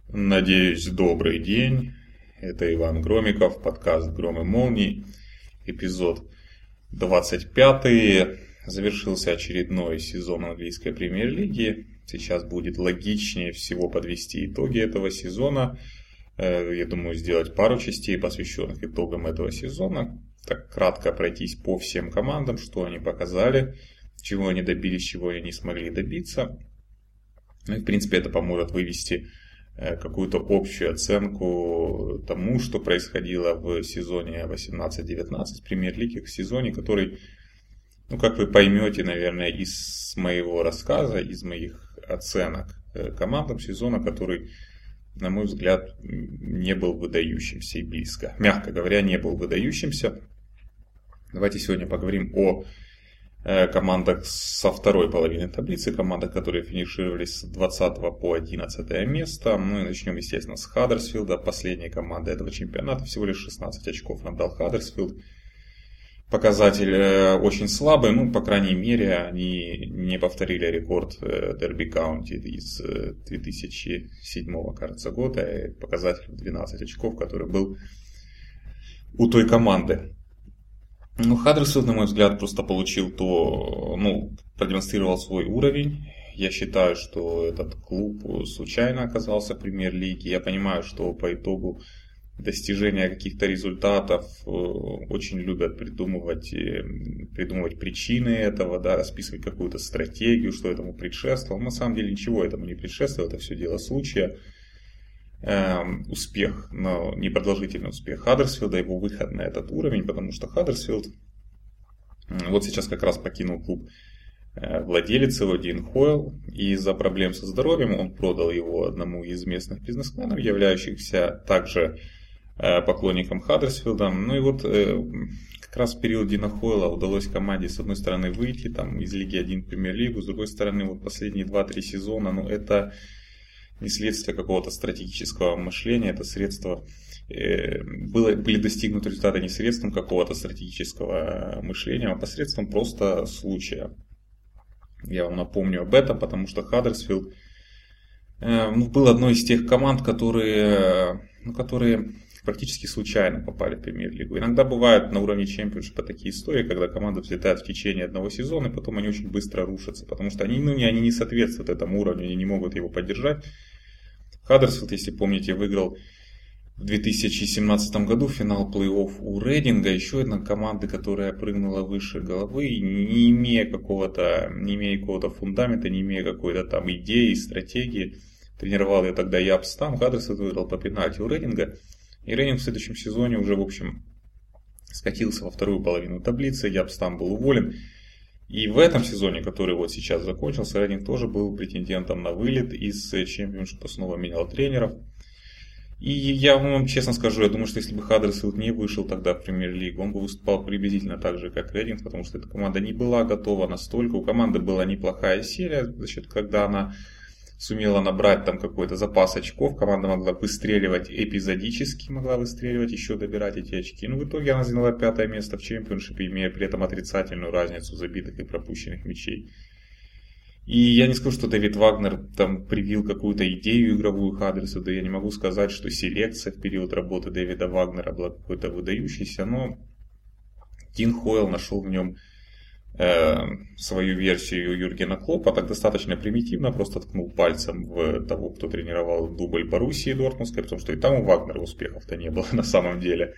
Надеюсь, добрый день. Это Иван Громиков, подкаст «Гром и молнии», эпизод 25. Завершился очередной сезон английской премьер-лиги. Сейчас будет логичнее всего подвести итоги этого сезона. Я думаю, сделать пару частей, посвященных итогам этого сезона. Так кратко пройтись по всем командам, что они показали, чего они добились, чего они не смогли добиться. Ну и в принципе это поможет вывести какую-то общую оценку тому, что происходило в сезоне 18-19 премьер-лиги, в сезоне, который, как вы поймете, наверное, из моего рассказа, из моих оценок командам сезона, который, на мой взгляд, не был выдающимся и близко. Мягко говоря, не был выдающимся. Давайте сегодня поговорим о командах со второй половины таблицы, командах, которые финишировали с 20 по 11 место. Ну и начнем, естественно, с Хаддерсфилда, последней команды этого чемпионата. Всего лишь 16 очков набрал Хаддерсфилд. Показатель очень слабый, по крайней мере, они не повторили рекорд Дерби Каунти из 2007, кажется, года. Показатель в 12 очков, который был у той команды. Хаддерсфилд, на мой взгляд, просто продемонстрировал свой уровень. Я считаю, что этот клуб случайно оказался в премьер-лиге. Я понимаю, что по итогу достижения каких-то результатов очень любят придумывать причины этого, расписывать какую-то стратегию, что этому предшествовало. На самом деле ничего этому не предшествовало, это все дело случая. Успех, но непродолжительный успех Хаддерсфилда, его выход на этот уровень, потому что Хаддерсфилд вот сейчас как раз покинул клуб владелец его Дин Хойл, и из-за проблем со здоровьем он продал его одному из местных бизнесменов, являющихся также поклонником Хаддерсфилда. Как раз в период Дина Хойла удалось команде с одной стороны выйти из Лиги 1 в Премьер-лигу, с другой стороны последние 2-3 сезона, это не следствие какого-то стратегического мышления, это средство, были достигнуты результаты не средством какого-то стратегического мышления, а посредством просто случая. Я вам напомню об этом, потому что Хаддерсфилд был одной из тех команд, которые практически случайно попали в премьер-лигу. Иногда бывают на уровне чемпионшипа такие истории, когда команда взлетает в течение одного сезона, и потом они очень быстро рушатся, потому что они не соответствуют этому уровню, они не могут его поддержать. Хаддерсфилд, если помните, выиграл в 2017 году финал плей-офф у Рейдинга, еще одна команда, которая прыгнула выше головы, не имея какого-то фундамента, не имея какой-то идеи, стратегии. Тренировал ее тогда Ябстам. Хаддерсфилд выиграл по пенальти у Рейдинга. И Рейдинг в следующем сезоне уже, скатился во вторую половину таблицы. Ябстам был уволен. И в этом сезоне, который сейчас закончился, Рейдинг тоже был претендентом на вылет из чемпионшипа, снова менял тренеров. И я вам честно скажу, я думаю, что если бы Хаддерсфилд не вышел тогда в премьер-лигу, он бы выступал приблизительно так же, как Рейдинг, потому что эта команда не была готова настолько. У команды была неплохая серия, за счет когда она сумела набрать какой-то запас очков, команда могла выстреливать эпизодически, могла выстреливать, еще добирать эти очки. В итоге она заняла 5 место в чемпионшипе, имея при этом отрицательную разницу забитых и пропущенных мячей. И я не скажу, что Дэвид Вагнер привил какую-то идею игровую Хаддерсфилду. Я не могу сказать, что селекция в период работы Дэвида Вагнера была какой-то выдающейся, но Дин Хойл нашел в нем свою версию Юргена Клоппа, так достаточно примитивно, просто ткнул пальцем в того, кто тренировал дубль Боруссии Дортмундской, потому что и там у Вагнера успехов-то не было на самом деле.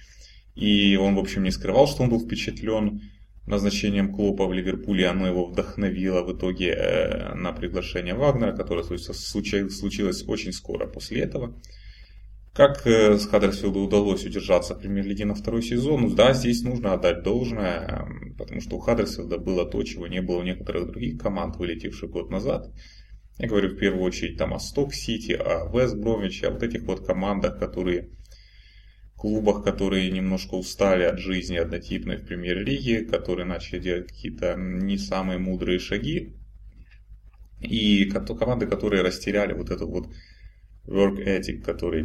И он, не скрывал, что он был впечатлен назначением Клоппа в Ливерпуле, оно его вдохновило в итоге на приглашение Вагнера, которое случилось очень скоро после этого. Как с Хаддерсфилду удалось удержаться в премьер-лиге на второй сезон? Да, здесь нужно отдать должное, потому что у Хаддерсфилда было то, чего не было у некоторых других команд, вылетевших год назад. Я говорю в первую очередь о Сток-Сити, о Вест-Бромвиче, о этих командах, клубах, которые немножко устали от жизни однотипной в премьер-лиге, которые начали делать какие-то не самые мудрые шаги. И команды, которые растеряли эту work ethic, которые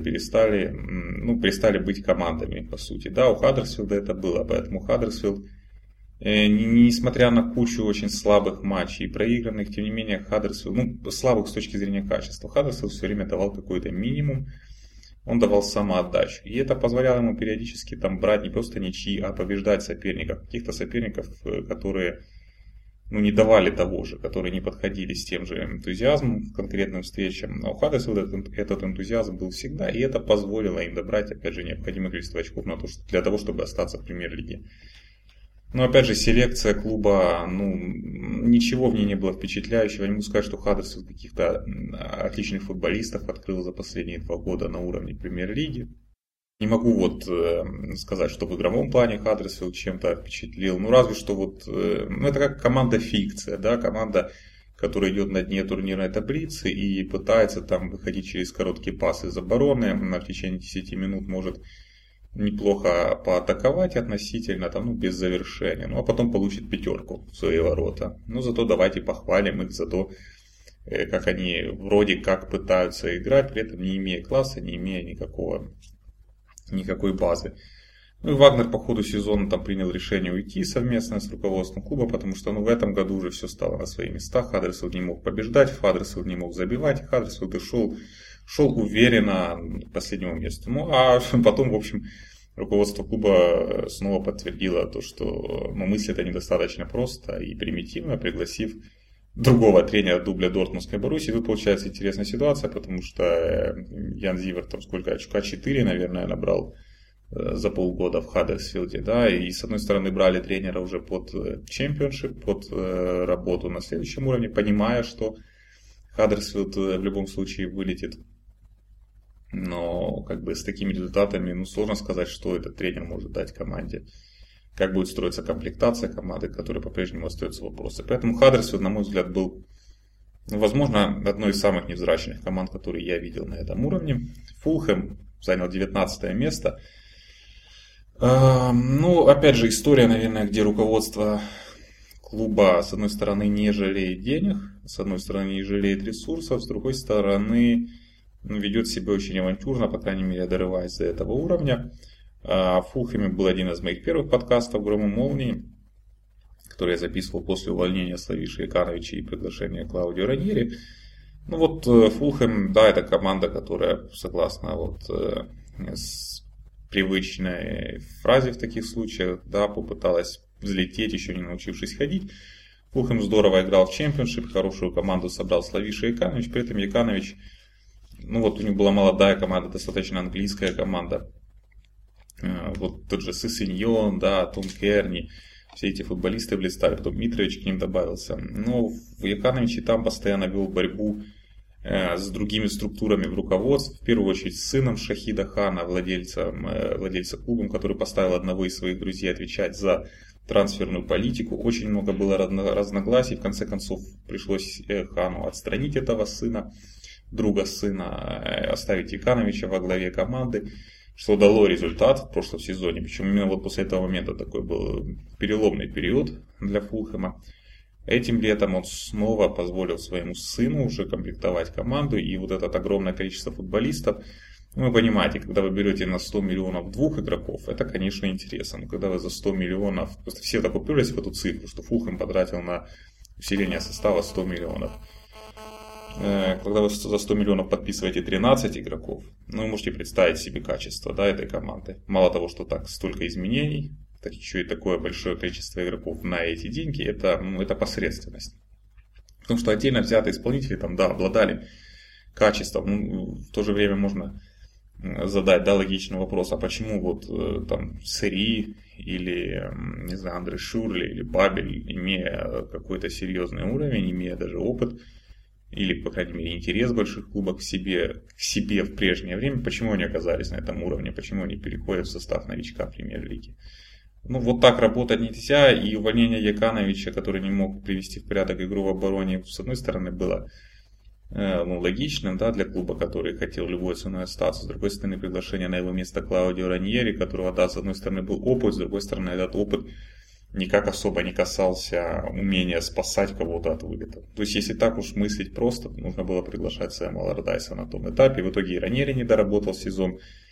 перестали быть командами, по сути. Да, у Хаддерсфилда это было, поэтому Хаддерсфилд Несмотря на кучу очень слабых матчей и проигранных, тем не менее Хаддерсфилд, слабых с точки зрения качества, Хаддерсфилд все время давал какой-то минимум, он давал самоотдачу. И это позволяло ему периодически там брать не просто ничьи, а побеждать соперников, каких-то соперников, которые не давали того же, которые не подходили с тем же энтузиазмом к конкретным встречам. А у Хаддерсфилда этот энтузиазм был всегда, и это позволило им добрать, опять же, необходимое количество очков для того, чтобы остаться в премьер-лиге. Но опять же, селекция клуба, ничего в ней не было впечатляющего. Не могу сказать, что Хаддерсфилд каких-то отличных футболистов открыл за последние 2 года на уровне премьер-лиги. Не могу сказать, что в игровом плане Хаддерсфилд чем-то впечатлил. Разве что это как команда-фикция, да, команда, которая идет на дне турнирной таблицы и пытается там выходить через короткие пасы из обороны, в течение 10 минут может неплохо поатаковать относительно, без завершения, а потом получит 5 в свои ворота. Зато давайте похвалим их за то, как они вроде как пытаются играть, при этом не имея класса, не имея никакой базы. И Вагнер по ходу сезона принял решение уйти совместно с руководством клуба, потому что в этом году уже все стало на свои места. Хаддерсфилд не мог побеждать, Хаддерсфилд не мог забивать, Хаддерсфилд шел уверенно к последнему месту. А потом, в общем, руководство клуба снова подтвердило то, что мыслит они достаточно просто и примитивно, пригласив другого тренера дубля Дортмундской Боруссии. Тут получается интересная ситуация, потому что Ян Зиверт очка 4, наверное, набрал за полгода в Хаддерсфилде, да, и с одной стороны брали тренера уже под чемпионшип, под работу на следующем уровне, понимая, что Хаддерсфилд в любом случае вылетит. Но с такими результатами, сложно сказать, что этот тренер может дать команде. Как будет строиться комплектация команды, которой по-прежнему остаются вопросы. Поэтому Хаддерсфилд, на мой взгляд, был, возможно, одной из самых невзрачных команд, которые я видел на этом уровне. Фулхэм занял 19 место. Опять же, история, наверное, где руководство клуба, с одной стороны, не жалеет денег, с одной стороны, не жалеет ресурсов, с другой стороны, ведет себя очень авантюрно, по крайней мере, дорываясь до этого уровня. В Фулхэме был один из моих первых подкастов «Гром и молнии», который я записывал после увольнения Славиши Якановича и приглашения Клаудио Раньери. Фулхэм, да, это команда, которая, согласно с привычной фразе в таких случаях, да, попыталась взлететь, еще не научившись ходить. Фулхэм здорово играл в чемпионшип, хорошую команду собрал Славиша Яканович, при этом Яканович, у него была молодая команда, достаточно английская команда. Тот же Сесиньон, да, Том Керни, все эти футболисты блистали, потом Митрович к ним добавился. Но Яканович и там постоянно вел борьбу с другими структурами в руководстве, в первую очередь с сыном Шахида Хана, владельца клубом, который поставил одного из своих друзей отвечать за трансферную политику. Очень много было разногласий, в конце концов пришлось Хану отстранить этого сына, друга сына, оставить Якановича во главе команды, что дало результат в прошлом сезоне. Причем именно после этого момента такой был переломный период для Фулхэма. Этим летом он снова позволил своему сыну уже комплектовать команду. И это огромное количество футболистов. Вы понимаете, когда вы берете на 100 миллионов 2 игроков, это, конечно, интересно. Но когда вы за 100 миллионов, просто все так уперлись в эту цифру, что Фулхэм потратил на усиление состава 100 миллионов. Когда вы за 100 миллионов подписываете 13 игроков, вы можете представить себе качество, да, этой команды. Мало того, что столько изменений, так еще и такое большое количество игроков на эти деньги, это посредственность. Потому что отдельно взятые исполнители обладали качеством. В то же время можно задать логичный вопрос, а почему Сери или, не знаю, Андре Шюрли или Бабель, имея какой-то серьезный уровень, имея даже опыт, или, по крайней мере, интерес больших клубов к себе в прежнее время, почему они оказались на этом уровне, почему они переходят в состав новичка премьер-лиги. Так работать нельзя, и увольнение Якановича, который не мог привести в порядок игру в обороне, с одной стороны, было логичным, да, для клуба, который хотел любой ценой остаться, с другой стороны, приглашение на его место Клаудио Раньери, которого, да, с одной стороны, был опыт, с другой стороны, этот опыт никак особо не касался умения спасать кого-то от вылета. То есть, если так уж мыслить просто, то нужно было приглашать Сэма Лордайса на том этапе. В итоге и Раньери не доработал сезон.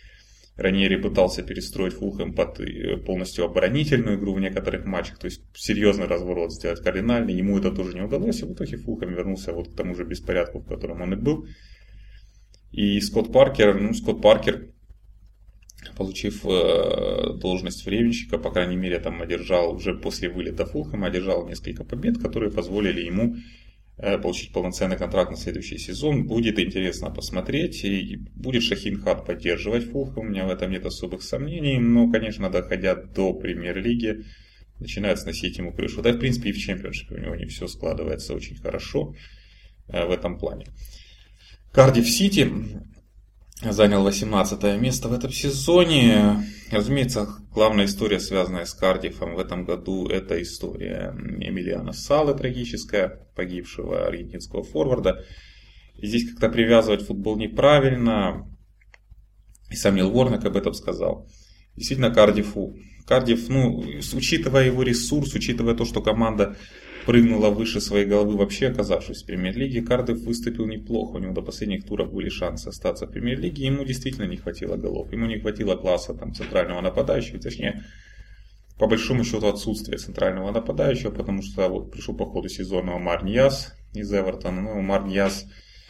Раньери пытался перестроить Фулхэм под полностью оборонительную игру в некоторых матчах, то есть серьезный разворот сделать кардинальный, ему это тоже не удалось, и в итоге Фулхэм вернулся вот к тому же беспорядку, в котором он и был. И Скотт Паркер, получив должность временщика, по крайней мере, там одержал уже после вылета Фулхэма, одержал несколько побед, которые позволили ему получить полноценный контракт на следующий сезон. Будет интересно посмотреть. И будет Шахин Хат поддерживать Фулхэм. У меня в этом нет особых сомнений. Но, конечно, доходя до премьер-лиги, начинает сносить ему крышу. Да, в принципе, и в чемпионшипе у него не все складывается очень хорошо в этом плане. Кардифф Сити занял 18 место в этом сезоне. Разумеется, главная история, связанная с Кардиффом в этом году, это история Эмилиано Салы, трагическая, погибшего аргентинского форварда. И здесь как-то привязывать футбол неправильно. И сам Нил Уорнок об этом сказал. Действительно, Кардифф, учитывая его ресурс, учитывая то, что команда прыгнула выше своей головы, вообще оказавшись в премьер-лиге, Кардифф выступил неплохо. У него до последних туров были шансы остаться в премьер-лиге. Ему действительно не хватило голов. Ему не хватило класса там, центрального нападающего. Точнее, по большому счету отсутствие центрального нападающего, потому что вот пришел по ходу сезона Омар Ньяс из Эвертона. Омар Ньяс,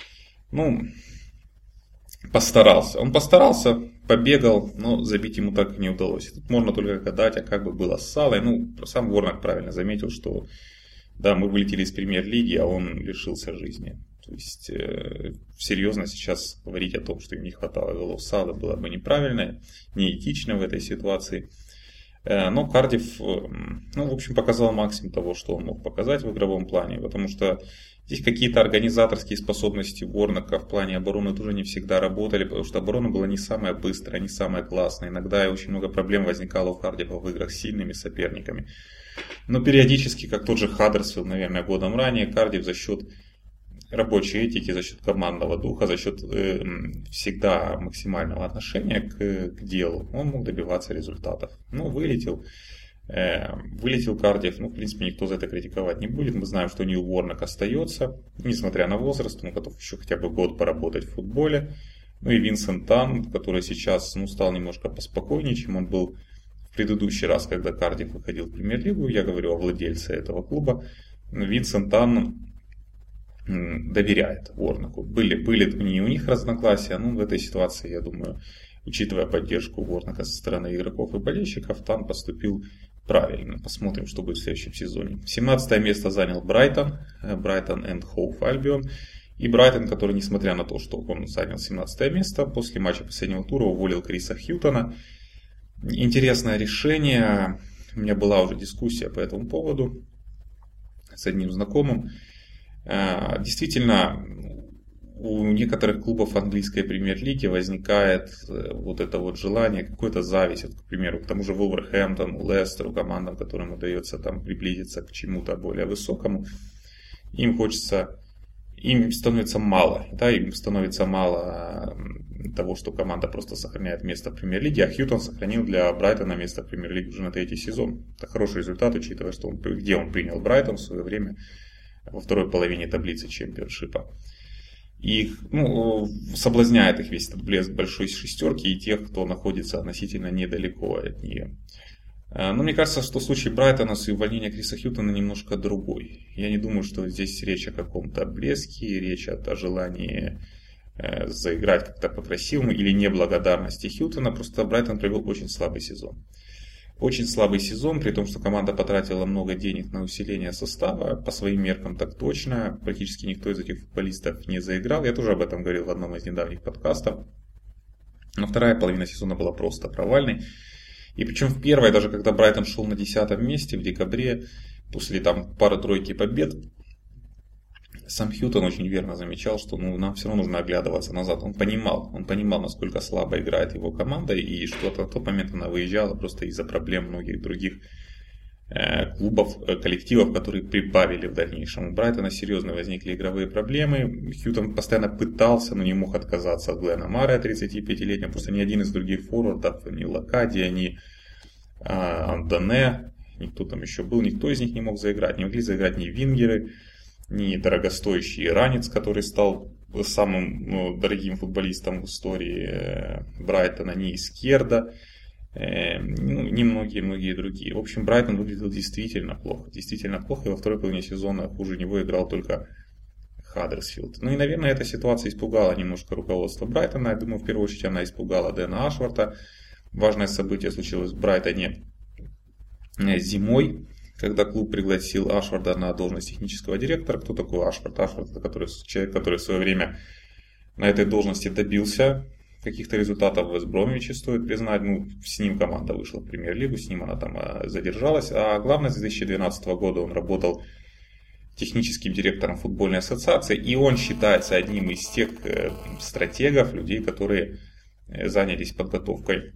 постарался. Он постарался, побегал, но забить ему так и не удалось. Тут можно только гадать, а как бы было с Салой. Сам Уорнок правильно заметил, что да, мы вылетели из премьер-лиги, а он лишился жизни. То есть, серьезно сейчас говорить о том, что им не хватало голов Салы, было бы неправильно, неэтично в этой ситуации. Но Кардифф, в общем, показал максимум того, что он мог показать в игровом плане, потому что здесь какие-то организаторские способности Уорнока в плане обороны тоже не всегда работали, потому что оборона была не самая быстрая, не самая классная. Иногда очень много проблем возникало у Кардиффа в играх с сильными соперниками. Но периодически, как тот же Хаддерсфилд, наверное, годом ранее, Кардифф за счет рабочей этики, за счет командного духа, за счет всегда максимального отношения к делу, он мог добиваться результатов. Вылетел Кардифф, в принципе, никто за это критиковать не будет. Мы знаем, что Нил Уорнок остается, несмотря на возраст, он готов еще хотя бы год поработать в футболе. И Винсент Тан, который сейчас стал немножко поспокойнее, чем он был в предыдущий раз, когда Кардифф выходил в премьер-лигу. Я говорю о владельце этого клуба. Винсент Тан доверяет Уорноку. Были не у них разногласия, но в этой ситуации, я думаю, учитывая поддержку Уорнока со стороны игроков и болельщиков, Тан поступил правильно. Посмотрим, что будет в следующем сезоне. 17 место занял Брайтон энд Хоув Альбион. И Брайтон, который, несмотря на то, что он занял 17 место, после матча последнего тура уволил Криса Хьютона. Интересное решение. У меня была уже дискуссия по этому поводу с одним знакомым. Действительно, у некоторых клубов английской премьер-лиги возникает вот это вот желание, какая-то зависть, к примеру, к тому же Вулверхэмптону, Лестеру, командам, которым удается там приблизиться к чему-то более высокому. Им становится мало, им становится мало того, что команда просто сохраняет место в премьер-лиге, а Хьютон сохранил для Брайтона место в премьер-лиге уже на 3-й сезон. Это хороший результат, учитывая, что где он принял Брайтон в свое время, во второй половине таблицы чемпионшипа. И соблазняет их весь этот блеск большой шестерки и тех, кто находится относительно недалеко от нее. Но мне кажется, что случай Брайтона с увольнением Криса Хьютона немножко другой. Я не думаю, что здесь речь о каком-то блеске, речь о желании заиграть как-то по-красивому или неблагодарности Хьютона. Просто Брайтон провел очень слабый сезон. Очень слабый сезон, при том, что команда потратила много денег на усиление состава. По своим меркам так точно. Практически никто из этих футболистов не заиграл. Я тоже об этом говорил в одном из недавних подкастов. Но вторая половина сезона была просто провальной. И причем в первой, даже когда Брайтон шел на 10-м месте в декабре, после пары-тройки побед, сам Хьютон очень верно замечал, что нам все равно нужно оглядываться назад. Он понимал, насколько слабо играет его команда, и что на тот момент она выезжала просто из-за проблем многих других клубов, коллективов, которые прибавили в дальнейшем. У Брайтона серьезно возникли игровые проблемы. Хьютон постоянно пытался, но не мог отказаться от Глена Мара, 35-летнего. Просто ни один из других форвардов, ни Локадия, ни Андоне, никто там еще был, никто из них не мог заиграть. Не могли заиграть ни вингеры, ни дорогостоящий иранец, который стал самым дорогим футболистом в истории Брайтона, ни Изкьерда, ни многие другие. В общем, Брайтон выглядел действительно плохо, и во второй половине сезона хуже него играл только Хаддерсфилд. Ну и, наверное, эта ситуация испугала немножко руководство Брайтона. Я думаю, в первую очередь она испугала Дэна Ашворта. Важное событие случилось в Брайтоне зимой, когда клуб пригласил Ашворда на должность технического директора. Кто такой Ашворд? Ашворд — это человек, который в свое время на этой должности добился каких-то результатов в Вест-Бромвиче, стоит признать. Ну, с ним команда вышла в премьер-лигу, с ним она там задержалась. А главное, с 2012 года он работал техническим директором футбольной ассоциации. И он считается одним из тех стратегов, людей, которые занялись подготовкой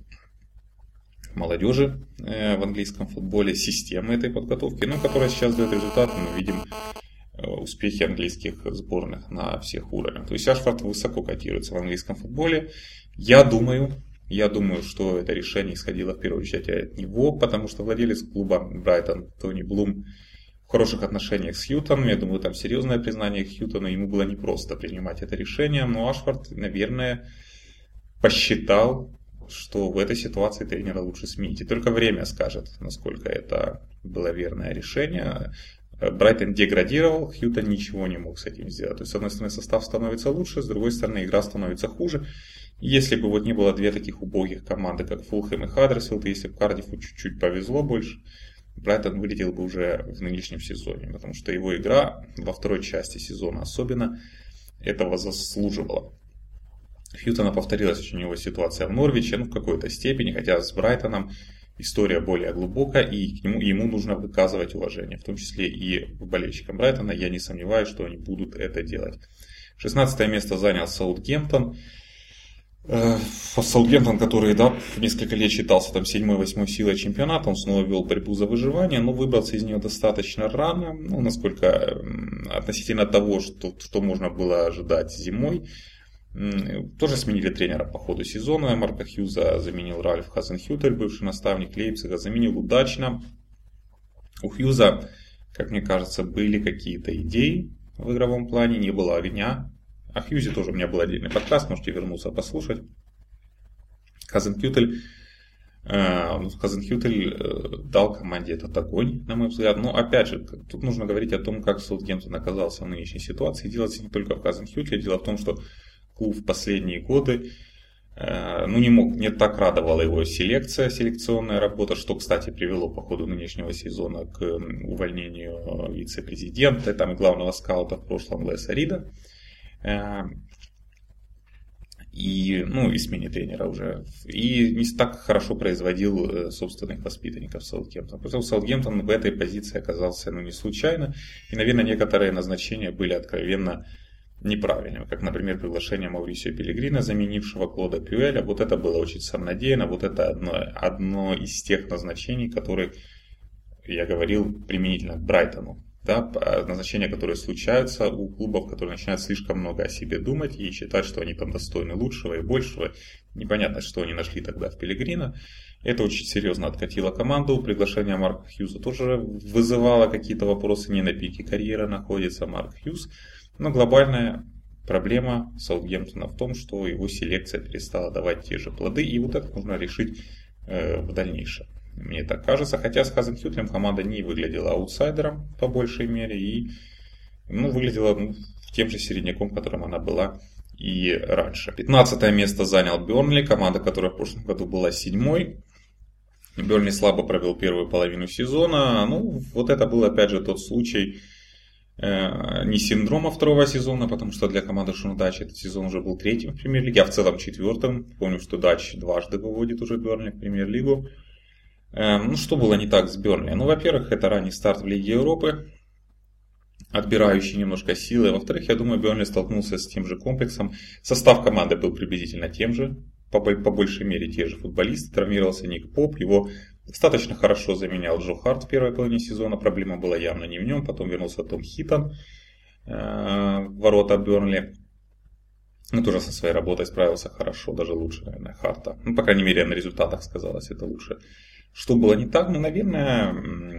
молодежи в английском футболе, системы этой подготовки, но которая сейчас дает результаты. Мы видим успехи английских сборных на всех уровнях. То есть Ашфорд высоко котируется в английском футболе. Я думаю, что это решение исходило в первую очередь от него, потому что владелец клуба Брайтон Тони Блум в хороших отношениях с Хьютоном. Я думаю, там серьезное признание Хьютону. Ему было непросто принимать это решение, но Ашфорд, наверное, посчитал, что в этой ситуации тренера лучше сменить. И только время скажет, насколько это было верное решение. Брайтон деградировал, Хьютон ничего не мог с этим сделать. То есть, с одной стороны, состав становится лучше, с другой стороны, игра становится хуже. Если бы вот не было две таких убогих команды, как Фулхэм и Хаддерсфилд, если бы Кардифу чуть-чуть повезло больше, Брайтон вылетел бы уже в нынешнем сезоне. Потому что его игра во второй части сезона особенно этого заслуживала. Хьютона повторилась у него ситуация в Норвиче, в какой-то степени, хотя с Брайтоном история более глубокая, и ему нужно выказывать уважение, в том числе и болельщикам Брайтона. Я не сомневаюсь, что они будут это делать. 16 место занял Саутгемптон. Саутгемптон, который несколько лет считался там 7-8 силой чемпионата, он снова вел борьбу за выживание, но выбрался из нее достаточно рано, насколько относительно того, что можно было ожидать зимой. Тоже сменили тренера по ходу сезона. Марка Хьюза заменил Ральф Хазенхютель, бывший наставник Лейпцига, заменил удачно. У Хьюза, как мне кажется, были какие-то идеи в игровом плане, не было огня. О Хьюзе тоже у меня был отдельный подкаст, можете вернуться послушать. Хазенхютель дал команде этот огонь, на мой взгляд. Но опять же, тут нужно говорить о том, как Саутгемптон оказался в нынешней ситуации. Дело не только в Хазенхютеле, дело в том, что клуб в последние годы не так радовала его селекционная работа, что, кстати, привело по ходу нынешнего сезона к увольнению вице-президента и главного скаута в прошлом Леса Рида. И смене тренера уже. И не так хорошо производил собственных воспитанников Саутгемптона. Поэтому Саутгемптон в этой позиции оказался не случайно. И, наверное, некоторые назначения были откровенно неправильными, как, например, приглашение Маурисио Пеллегрино, заменившего Клода Пюэля. Вот это было очень самонадеянно, вот это одно из тех назначений, которые я говорил применительно к Брайтону. Назначения, которые случаются у клубов, которые начинают слишком много о себе думать и считать, что они там достойны лучшего и большего. Непонятно, что они нашли тогда в Пеллегрино. Это очень серьезно откатило команду. Приглашение Марка Хьюза тоже вызывало какие-то вопросы. Не на пике карьеры находится Марк Хьюз. Но глобальная проблема Саутгемптона в том, что его селекция перестала давать те же плоды. И вот это нужно решить в дальнейшем. Мне так кажется. Хотя с Хазенхютелем команда не выглядела аутсайдером по большей мере. И выглядела тем же середняком, которым она была и раньше. 15 место занял Бернли. Команда, которая в прошлом году была 7-й. Бернли слабо провел первую половину сезона. Вот это был опять же тот случай, не синдрома второго сезона, потому что для команды Шона Дача этот сезон уже был третьим в премьер-лиге, а в целом четвертым. Помню, что Дач дважды выводит уже Бернли в премьер-лигу. Что было не так с Бернли? Во-первых, это ранний старт в Лиге Европы, отбирающий немножко силы. Во-вторых, я думаю, Бернли столкнулся с тем же комплексом. Состав команды был приблизительно тем же, по большей мере те же футболисты. Травмировался Ник Поп, его достаточно хорошо заменял Джо Харт в первой половине сезона. Проблема была явно не в нем. Потом вернулся Том Хиттон в ворота Бернли. Тоже со своей работой справился хорошо, даже лучше, наверное, Харта. По крайней мере, на результатах сказалось это лучше. Что было не так? Наверное,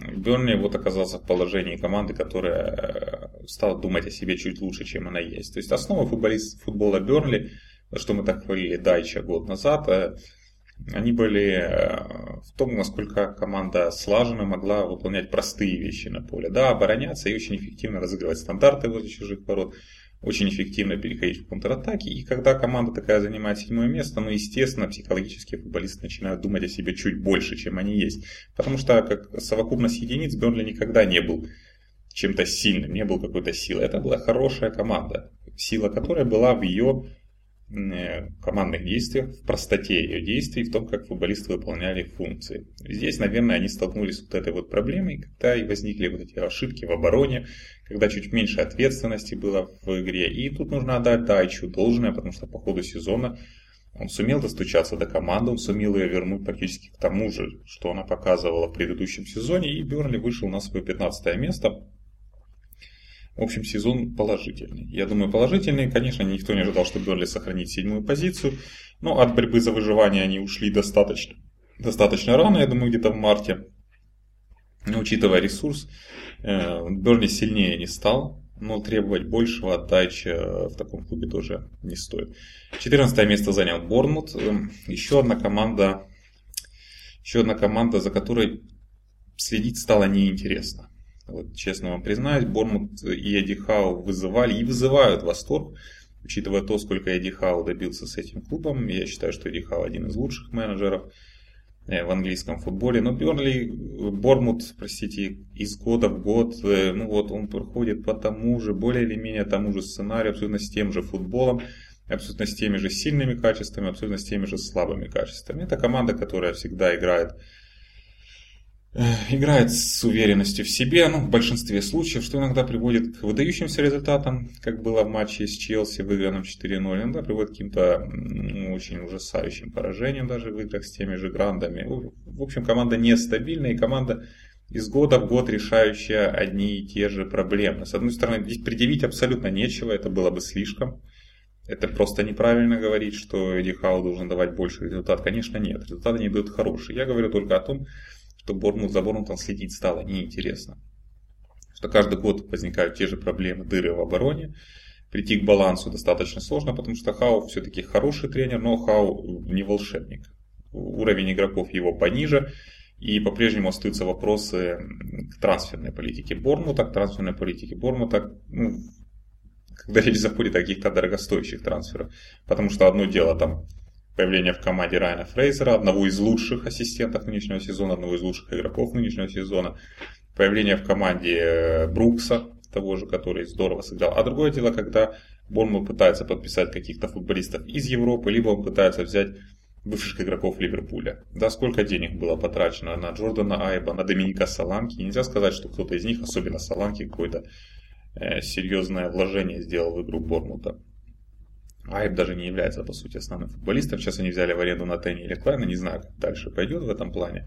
Бернли вот оказался в положении команды, которая стала думать о себе чуть лучше, чем она есть. То есть основа футбола Бернли, что мы так хвалили Дайча год назад, они были в том, насколько команда слаженно могла выполнять простые вещи на поле. Да, обороняться и очень эффективно разыгрывать стандарты возле чужих ворот, очень эффективно переходить в контратаки. И когда команда такая занимает 7 место, ну, естественно, психологически футболисты начинают думать о себе чуть больше, чем они есть. Потому что как совокупность единиц Бернли никогда не был чем-то сильным, не был какой-то силой. Это была хорошая команда, сила которой была в ее командных действиях, в простоте ее действий, в том, как футболисты выполняли функции. Здесь, наверное, они столкнулись с вот этой вот проблемой, когда и возникли вот эти ошибки в обороне, когда чуть меньше ответственности было в игре. И тут нужно отдать Дайчу должное, потому что по ходу сезона он сумел достучаться до команды, он сумел ее вернуть практически к тому же, что она показывала в предыдущем сезоне, и Бернли вышел на свое 15 место. В общем, сезон положительный. Я думаю, положительный. Конечно, никто не ожидал, что Бернли сохранит 7-ю позицию. Но от борьбы за выживание они ушли достаточно рано, я думаю, где-то в марте. Но, учитывая ресурс, Бернли сильнее не стал. Но требовать большего от Дайча в таком клубе тоже не стоит. 14 место занял Борнмут. Еще одна команда, за которой следить стало неинтересно. Вот, честно вам признаюсь, Борнмут и Эдди Хау вызывали и вызывают восторг, учитывая то, сколько Эдди Хау добился с этим клубом. Я считаю, что Эдди Хау один из лучших менеджеров в английском футболе. Но Борнмут, из года в год, он проходит по тому же, более или менее тому же сценарию, абсолютно с тем же футболом, абсолютно с теми же сильными качествами, абсолютно с теми же слабыми качествами. Это команда, которая всегда играет с уверенностью в себе, в большинстве случаев, что иногда приводит к выдающимся результатам, как было в матче с Челси, выигранном 4-0, иногда приводит к каким-то очень ужасающим поражениям, даже в играх с теми же грандами. В общем, команда нестабильная, и команда из года в год решающая одни и те же проблемы. С одной стороны, здесь предъявить абсолютно нечего, это было бы слишком. Это просто неправильно говорить, что Эдди Хау должен давать больше результат. Конечно, нет, результаты не дают хорошие. Я говорю только о том, что за Борнмутом следить стало неинтересно. Что каждый год возникают те же проблемы, дыры в обороне. Прийти к балансу достаточно сложно, потому что Хау все-таки хороший тренер, но Хау не волшебник. Уровень игроков его пониже. И по-прежнему остаются вопросы к трансферной политике Борнмута, когда речь заходит о каких-то дорогостоящих трансферах. Потому что одно дело там появление в команде Райана Фрейзера, одного из лучших ассистентов нынешнего сезона, одного из лучших игроков нынешнего сезона. Появление в команде Брукса, того же, который здорово сыграл. А другое дело, когда Борнмут пытается подписать каких-то футболистов из Европы, либо он пытается взять бывших игроков Ливерпуля. Да, сколько денег было потрачено на Джордана Айба, на Доминика Соланки. Нельзя сказать, что кто-то из них, особенно Соланки, какое-то серьезное вложение сделал в игру Борнмута. Айб даже не является, по сути, основным футболистом. Сейчас они взяли в аренду Натани или Клайна. Не знаю, как дальше пойдет в этом плане.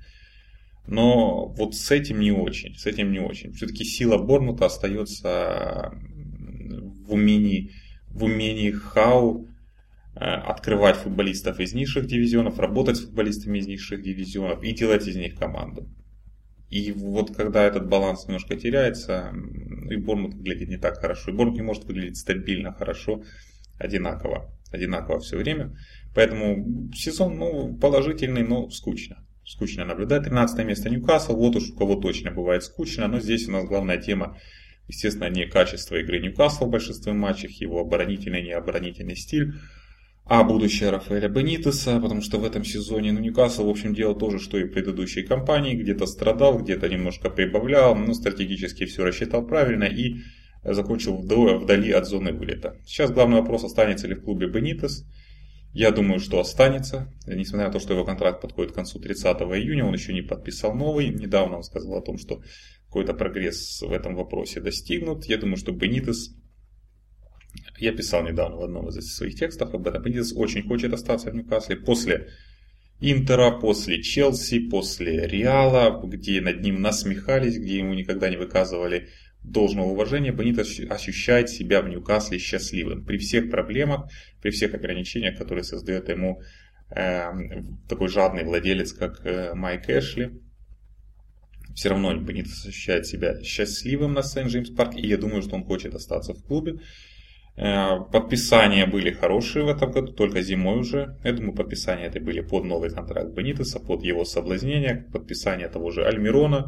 Но вот с этим не очень. Все-таки сила Борнмута остается в умении Хау открывать футболистов из низших дивизионов, работать с футболистами из низших дивизионов и делать из них команду. И вот когда этот баланс немножко теряется, и Борнмут выглядит не так хорошо, и Борнмут не может выглядеть стабильно хорошо, одинаково все время. Поэтому сезон положительный, но скучно. Скучно наблюдать. 13 место Ньюкасл. Вот уж у кого точно бывает скучно. Но здесь у нас главная тема, естественно, не качество игры Ньюкасла в большинстве матчей, его оборонительный и необоронительный стиль, а будущее Рафаэля Бенитеса, потому что в этом сезоне Ньюкасл, в общем, делал то же, что и в предыдущей кампании. Где-то страдал, где-то немножко прибавлял, но стратегически все рассчитал правильно и закончил вдали от зоны вылета. Сейчас главный вопрос, останется ли в клубе Бенитес. Я думаю, что останется. Несмотря на то, что его контракт подходит к концу 30 июня, он еще не подписал новый. Недавно он сказал о том, что какой-то прогресс в этом вопросе достигнут. Я думаю, что Бенитес... Я писал недавно в одном из своих текстов об этом. Бенитес очень хочет остаться в Ньюкасле. После Интера, после Челси, после Реала, где над ним насмехались, где ему никогда не выказывали должного уважения, Бенитес ощущает себя в Ньюкасле счастливым. При всех проблемах, при всех ограничениях, которые создает ему такой жадный владелец, как Майк Эшли. Все равно Бенитес ощущает себя счастливым на Сент-Джеймс-Парк, и я думаю, что он хочет остаться в клубе. Подписания были хорошие в этом году, только зимой уже. Я думаю, подписания это были под новый контракт Бенитеса, под его соблазнение, подписание того же Альмирона.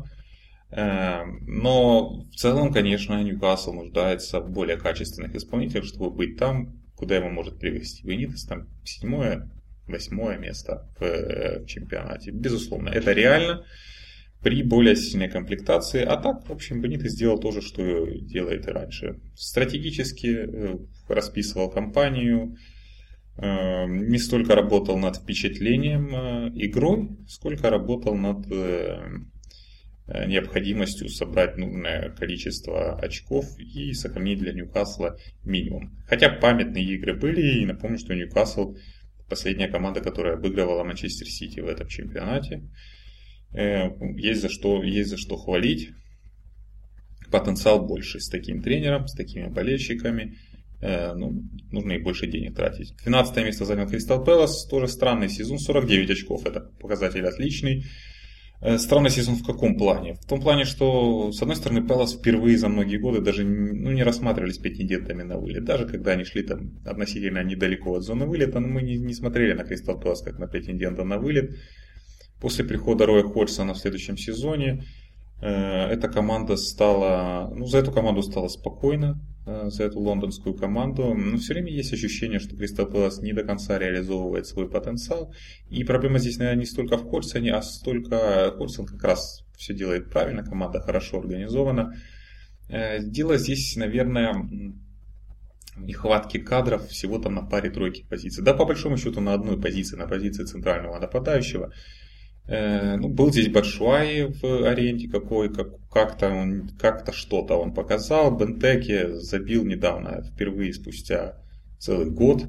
Но в целом, конечно, Ньюкасл нуждается в более качественных исполнителях, чтобы быть там, куда его может привести Бенитес, там 7-8 место в чемпионате. Безусловно, это реально при более сильной комплектации. А так, в общем, Бенитес сделал то же, что делает и раньше. Стратегически расписывал кампанию, не столько работал над впечатлением игрой, сколько работал над необходимостью собрать нужное количество очков и сохранить для Ньюкасла минимум. Хотя памятные игры были, и напомню, что Ньюкасл последняя команда, которая обыгрывала Манчестер Сити в этом чемпионате. Есть за что хвалить. Потенциал больше с таким тренером, с такими болельщиками. Нужно и больше денег тратить. 12 место занял Кристал Пэлас. Тоже странный сезон. 49 очков. Это показатель отличный. Странный сезон в каком плане? В том плане, что с одной стороны Пэлас впервые за многие годы даже не рассматривались претендентами на вылет. Даже когда они шли там относительно недалеко от зоны вылета, но мы не смотрели на Кристал Пэлас как на претендента на вылет. После прихода Роя Ходжсона в следующем сезоне эта команда стала, за эту команду стало спокойно, за эту лондонскую команду. Но все время есть ощущение, что Кристал Пэлас не до конца реализовывает свой потенциал. И проблема здесь, наверное, не столько в Ходжсоне, а столько Ходжсон как раз все делает правильно, команда хорошо организована. Дело здесь, наверное, нехватки кадров всего там на паре-тройки позиций. Да, по большому счету на одной позиции, на позиции центрального нападающего. Был здесь Батшуай в аренде как-то что-то он показал. Бентеке забил недавно, впервые спустя целый год.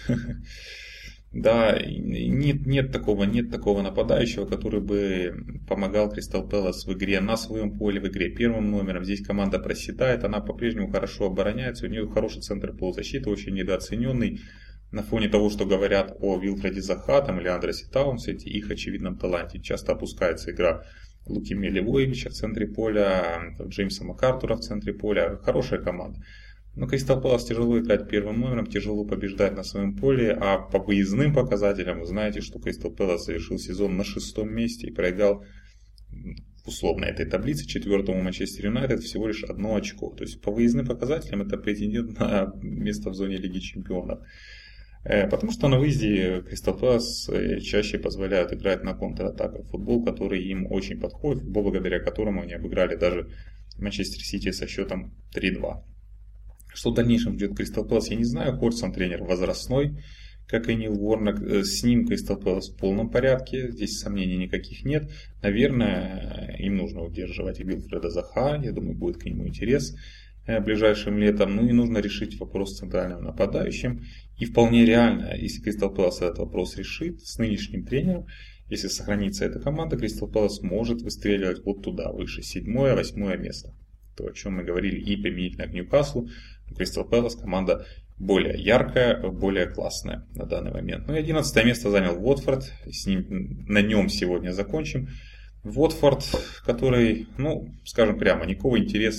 Да, нет такого нападающего, который бы помогал Кристал Пэлас в игре на своем поле, в игре первым номером. Здесь команда проседает, она по-прежнему хорошо обороняется, у нее хороший центр полузащиты, очень недооцененный. На фоне того, что говорят о Вилфреде Заха или Андреасе Таунсете, их очевидном таланте. Часто опускается игра Луки Милевоевича в центре поля, Джеймса Макартура в центре поля. Хорошая команда. Но Кристал Пэлас тяжело играть первым номером, тяжело побеждать на своем поле. А по выездным показателям вы знаете, что Кристал Пэлас завершил сезон на 6-м месте и проиграл условно этой таблице 4-му Манчестер Юнайтед всего лишь 1 очко. То есть по выездным показателям это претендент на место в зоне Лиги Чемпионов. Потому что на выезде Кристал Пэлас чаще позволяют играть на контратаках. Футбол, который им очень подходит, футбол, благодаря которому они обыграли даже Манчестер Сити со счетом 3-2. Что в дальнейшем ждет Кристал Пэлас, я не знаю. Ходжсон тренер возрастной, как и Нил Уорнок. С ним Кристал Пэлас в полном порядке, здесь сомнений никаких нет. Наверное, им нужно удерживать и Вилфреда Заха, я думаю, будет к нему интерес ближайшим летом. И нужно решить вопрос с центральным нападающим. И вполне реально, если Кристал Пэлас этот вопрос решит с нынешним тренером, если сохранится эта команда, Кристал Пэлас может выстреливать вот туда, выше 7-8 место. То, о чем мы говорили и применительно к Ньюкаслу. Кристал Пэлас команда более яркая, более классная на данный момент. И 11 место занял Уотфорд. На нем сегодня закончим. Уотфорд, который, скажем прямо, никакого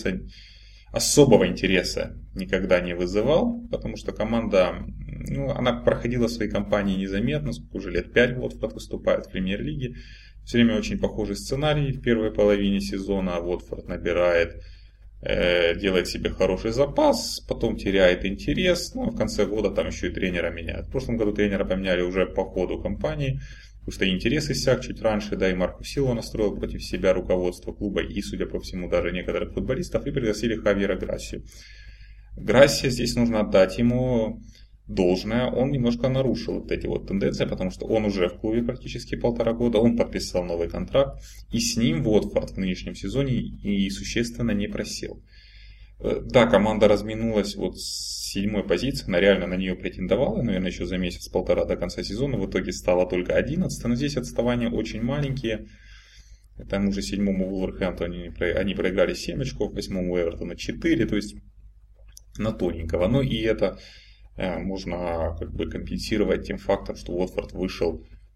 особого интереса никогда не вызывал, потому что команда, она проходила свои кампании незаметно, сколько уже лет 5 Уотфорд выступает в премьер-лиге. Все время очень похожий сценарий. В первой половине сезона Уотфорд набирает, делает себе хороший запас, потом теряет интерес, в конце года там еще и тренера меняют. В прошлом году тренера поменяли уже по ходу кампании, потому что интерес иссяк чуть раньше, и Марко Силва настроил против себя руководство клуба и, судя по всему, даже некоторых футболистов, и пригласили Хавьера Грассию. Грассия, здесь нужно отдать ему должное, он немножко нарушил вот эти вот тенденции, потому что он уже в клубе практически 1,5 года, он подписал новый контракт, и с ним Уотфорд в нынешнем сезоне и существенно не просел. Да, команда разминулась вот с 7-й позиции, она реально на нее претендовала, наверное, еще за месяц-полтора до конца сезона, в итоге стала только 11, но здесь отставания очень маленькие. Тому же 7-му Вулверхэмптону они проиграли 7 очков, 8-му Эвертону 4, то есть на тоненького. И это можно компенсировать тем фактом, что Уотфорд вышел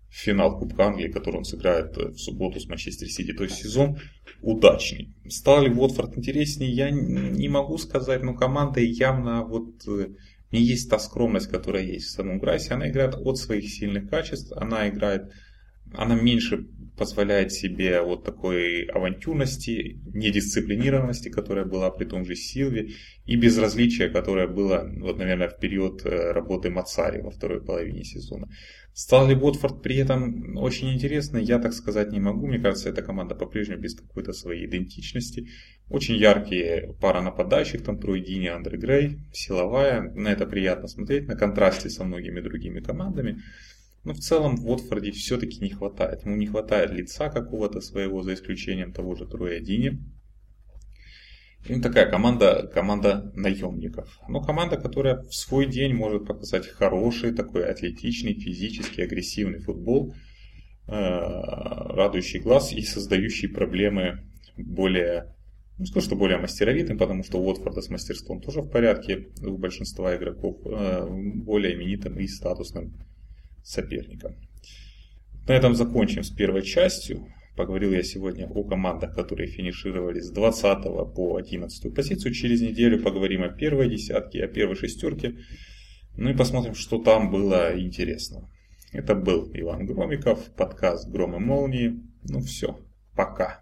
финал Кубка Англии, который он сыграет в субботу с Манчестер Сити. То есть сезон удачный. Стал ли Уотфорд интереснее, я не могу сказать, но команда явно не есть та скромность, которая есть в самом Грайсе. Она играет от своих сильных качеств, она меньше позволяет себе вот такой авантюрности, недисциплинированности, которая была при том же Силве, и безразличия, которое было, наверное, в период работы Мацари во второй половине сезона. Стал ли Уотфорд при этом очень интересный, я так сказать не могу. Мне кажется, эта команда по-прежнему без какой-то своей идентичности. Очень яркие пара нападающих, там Трой Дини, Андре Грей, силовая. На это приятно смотреть, на контрасте со многими другими командами. Но в целом в Уотфорде все-таки не хватает. Ему не хватает лица какого-то своего, за исключением того же Троя Дини. Такая команда наемников. Но команда, которая в свой день может показать хороший, такой атлетичный, физически агрессивный футбол, радующий глаз и создающий проблемы более мастеровитым, потому что у Уотфорда с мастерством тоже в порядке, у большинства игроков более именитым и статусным соперником. На этом закончим с первой частью. Поговорил я сегодня о командах, которые финишировали с 20 по 11 позицию. Через неделю поговорим о первой десятке, о первой шестерке. Ну и посмотрим, что там было интересного. Это был Иван Громиков, подкаст «Гром и молнии». Ну все, пока.